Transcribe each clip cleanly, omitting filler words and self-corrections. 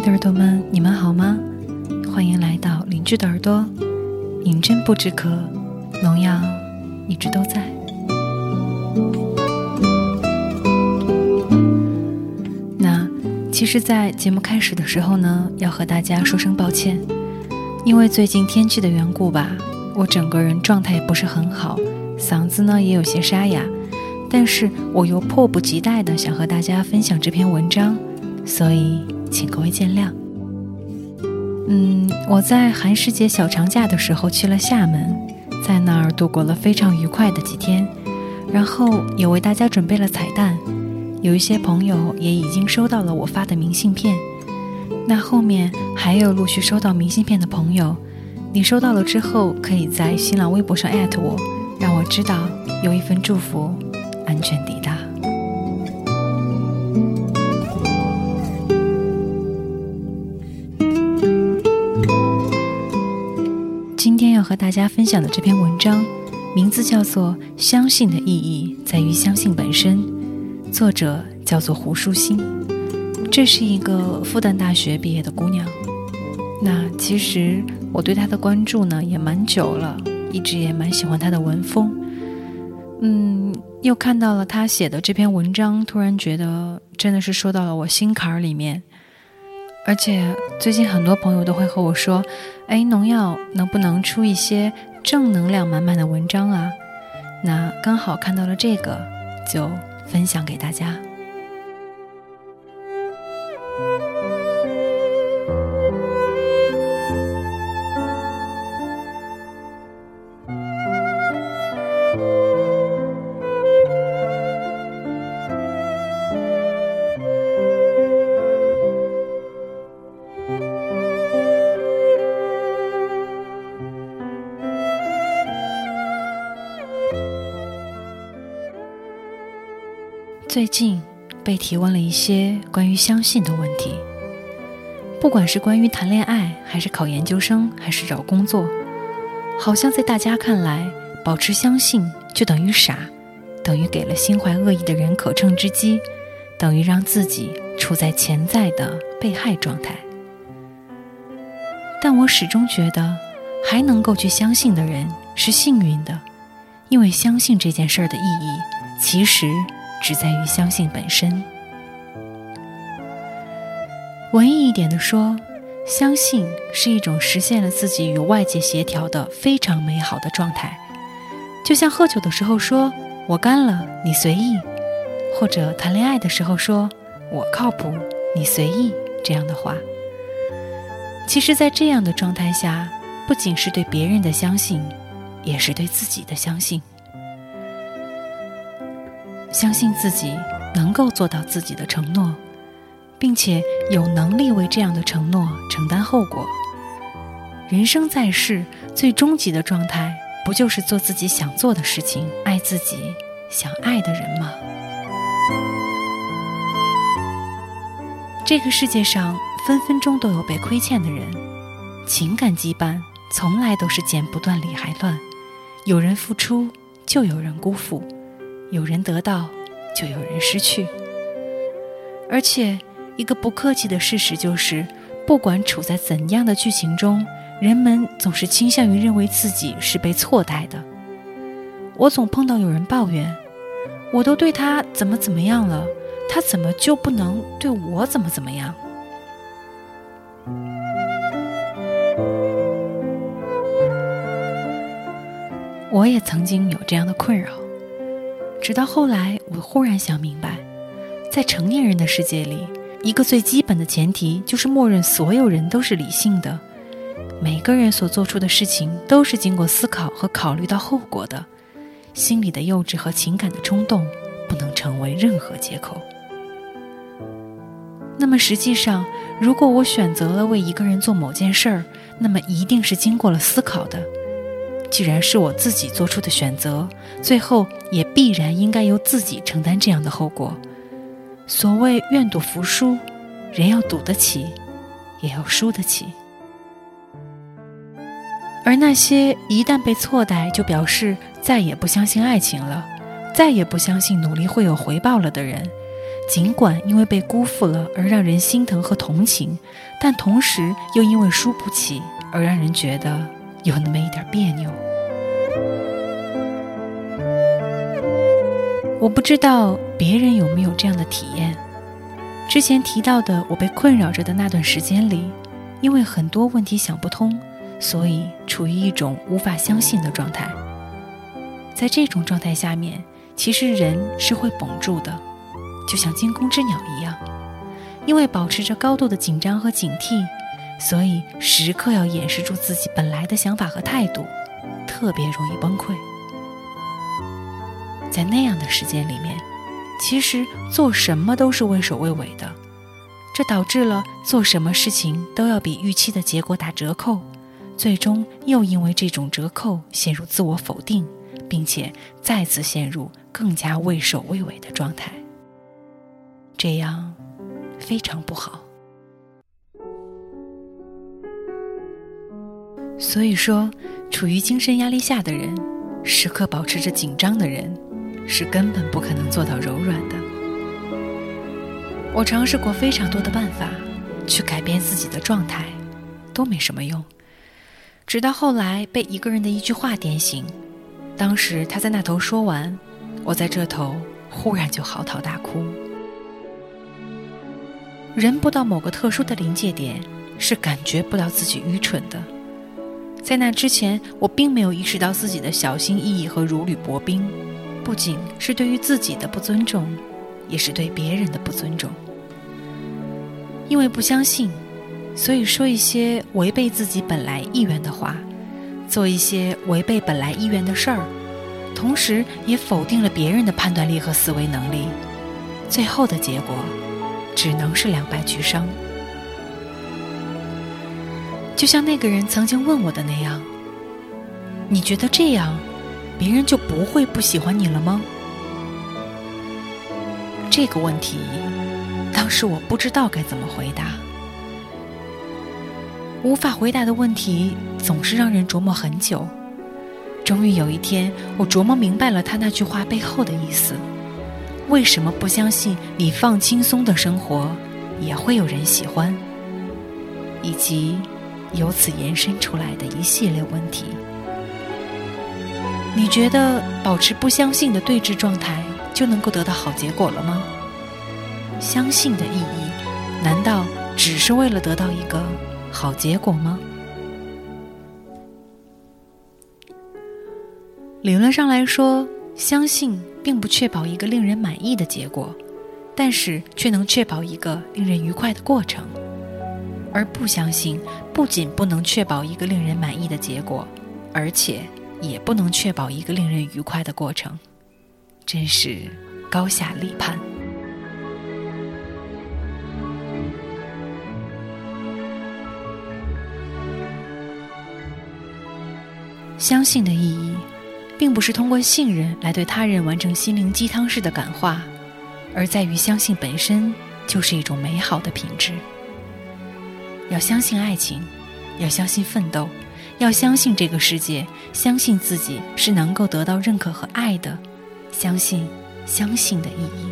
的耳朵们，你们好吗？欢迎来到邻居的耳朵，饮鸩不止渴，农药一直都在。那其实在节目开始的时候呢，要和大家说声抱歉，因为最近天气的缘故吧，我整个人状态也不是很好，嗓子呢也有些沙哑，但是我又迫不及待的想和大家分享这篇文章，所以请各位见谅。我在寒食节小长假的时候去了厦门，在那儿度过了非常愉快的几天，然后也为大家准备了彩蛋，有一些朋友也已经收到了我发的明信片，那后面还有陆续收到明信片的朋友，你收到了之后可以在新浪微博上@我，让我知道有一份祝福安全抵达。今天要和大家分享的这篇文章名字叫做《相信的意义在于相信本身》，作者叫做胡舒心。这是一个复旦大学毕业的姑娘，那其实我对她的关注呢也蛮久了，一直也蛮喜欢她的文风。又看到了她写的这篇文章，突然觉得真的是说到了我心坎里面。而且最近很多朋友都会和我说，农药能不能出一些正能量满满的文章啊？那刚好看到了这个，就分享给大家。最近被提问了一些关于相信的问题，不管是关于谈恋爱，还是考研究生，还是找工作，好像在大家看来，保持相信就等于傻，等于给了心怀恶意的人可乘之机，等于让自己处在潜在的被害状态。但我始终觉得，还能够去相信的人是幸运的，因为相信这件事儿的意义，其实只在于相信本身。文艺一点的说，相信是一种实现了自己与外界协调的非常美好的状态，就像喝酒的时候说我干了你随意，或者谈恋爱的时候说我靠谱你随意，这样的话。其实在这样的状态下，不仅是对别人的相信，也是对自己的相信。相信自己能够做到自己的承诺，并且有能力为这样的承诺承担后果。人生在世，最终极的状态，不就是做自己想做的事情，爱自己想爱的人吗？这个世界上分分钟都有被亏欠的人，情感羁绊从来都是剪不断理还乱，有人付出就有人辜负，有人得到就有人失去。而且一个不客气的事实就是，不管处在怎样的剧情中，人们总是倾向于认为自己是被错待的。我总碰到有人抱怨，我都对他怎么样了，他怎么就不能对我怎么样？我也曾经有这样的困扰，直到后来我忽然想明白，在成年人的世界里，一个最基本的前提就是默认所有人都是理性的，每个人所做出的事情都是经过思考和考虑到后果的，心里的幼稚和情感的冲动不能成为任何借口。那么实际上，如果我选择了为一个人做某件事儿，那么一定是经过了思考的。既然是我自己做出的选择，最后也必然应该由自己承担这样的后果。所谓愿赌服输，人要赌得起，也要输得起。而那些一旦被错待就表示再也不相信爱情了，再也不相信努力会有回报了的人， 尽管因为被辜负了而让人心疼和同情，但同时又因为输不起而让人觉得有那么一点别扭。我不知道别人有没有这样的体验。之前提到的我被困扰着的那段时间里，因为很多问题想不通，所以处于一种无法相信的状态。在这种状态下面，其实人是会绷住的，就像惊弓之鸟一样，因为保持着高度的紧张和警惕，所以时刻要掩饰住自己本来的想法和态度，特别容易崩溃。在那样的时间里面，其实做什么都是畏首畏尾的，这导致了做什么事情都要比预期的结果打折扣，最终又因为这种折扣陷入自我否定，并且再次陷入更加畏首畏尾的状态，这样非常不好。所以说，处于精神压力下的人，时刻保持着紧张的人，是根本不可能做到柔软的。我尝试过非常多的办法去改变自己的状态，都没什么用。直到后来被一个人的一句话点醒，当时他在那头说完，我在这头忽然就嚎啕大哭。人不到某个特殊的临界点，是感觉不到自己愚蠢的。在那之前，我并没有意识到自己的小心翼翼和如履薄冰，不仅是对于自己的不尊重，也是对别人的不尊重。因为不相信，所以说一些违背自己本来意愿的话，做一些违背本来意愿的事儿，同时也否定了别人的判断力和思维能力，最后的结果只能是两败俱伤。就像那个人曾经问我的那样，你觉得这样别人就不会不喜欢你了吗？这个问题当时我不知道该怎么回答。无法回答的问题总是让人琢磨很久。终于有一天，我琢磨明白了他那句话背后的意思。为什么不相信你放轻松的生活也会有人喜欢？以及由此延伸出来的一系列问题。你觉得保持不相信的对峙状态就能够得到好结果了吗？相信的意义，难道只是为了得到一个好结果吗？理论上来说，相信并不确保一个令人满意的结果，但是却能确保一个令人愉快的过程。而不相信不仅不能确保一个令人满意的结果，而且也不能确保一个令人愉快的过程，真是高下立判。相信的意义，并不是通过信任来对他人完成心灵鸡汤式的感化，而在于相信本身就是一种美好的品质。要相信爱情，要相信奋斗，要相信这个世界，相信自己是能够得到认可和爱的，相信的意义。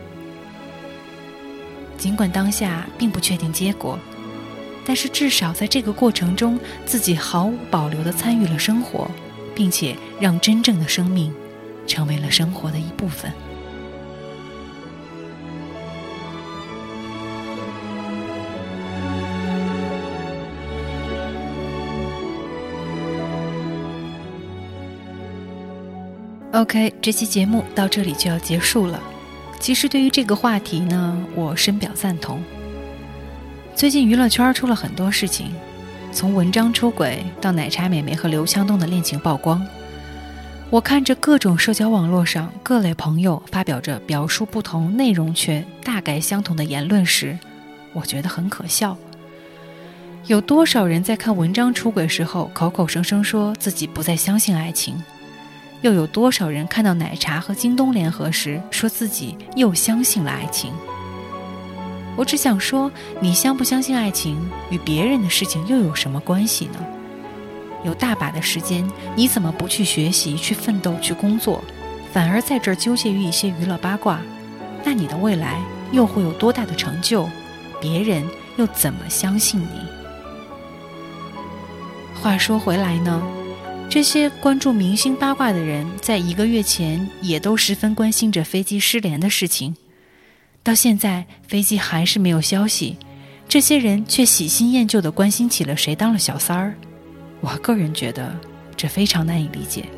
尽管当下并不确定结果，但是至少在这个过程中，自己毫无保留地参与了生活，并且让真正的生命成为了生活的一部分。OK， 这期节目到这里就要结束了。其实对于这个话题呢，我深表赞同。最近娱乐圈出了很多事情，从文章出轨到奶茶美眉和刘强东的恋情曝光，我看着各种社交网络上各类朋友发表着表述不同、内容却大概相同的言论时，我觉得很可笑。有多少人在看文章出轨时候口口声声说自己不再相信爱情，又有多少人看到奶茶和京东联合时说自己又相信了爱情？我只想说，你相不相信爱情与别人的事情又有什么关系呢？有大把的时间，你怎么不去学习、去奋斗、去工作，反而在这儿纠结于一些娱乐八卦？那你的未来又会有多大的成就，别人又怎么相信你？话说回来呢，这些关注明星八卦的人，在1个月前也都十分关心着飞机失联的事情。到现在飞机还是没有消息，这些人却喜新厌旧地关心起了谁当了小三儿。我个人觉得这非常难以理解。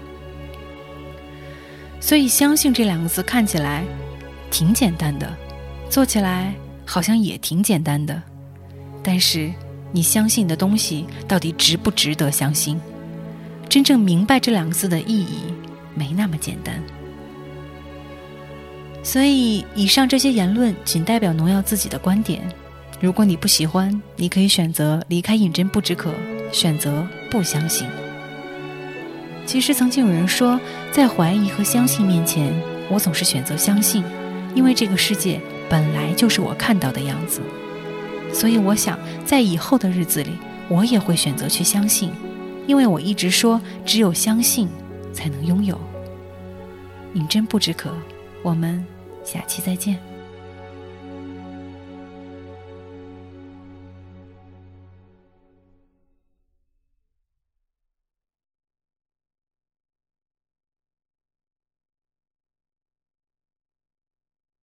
所以相信这2个字看起来挺简单的，做起来好像也挺简单的，但是你相信的东西到底值不值得相信？真正明白这2个字的意义没那么简单。所以以上这些言论仅代表农药自己的观点，如果你不喜欢，你可以选择离开饮鸩不止渴，选择不相信。其实曾经有人说，在怀疑和相信面前，我总是选择相信，因为这个世界本来就是我看到的样子。所以我想在以后的日子里，我也会选择去相信，因为我一直说只有相信才能拥有。饮鸩不止渴，我们下期再见。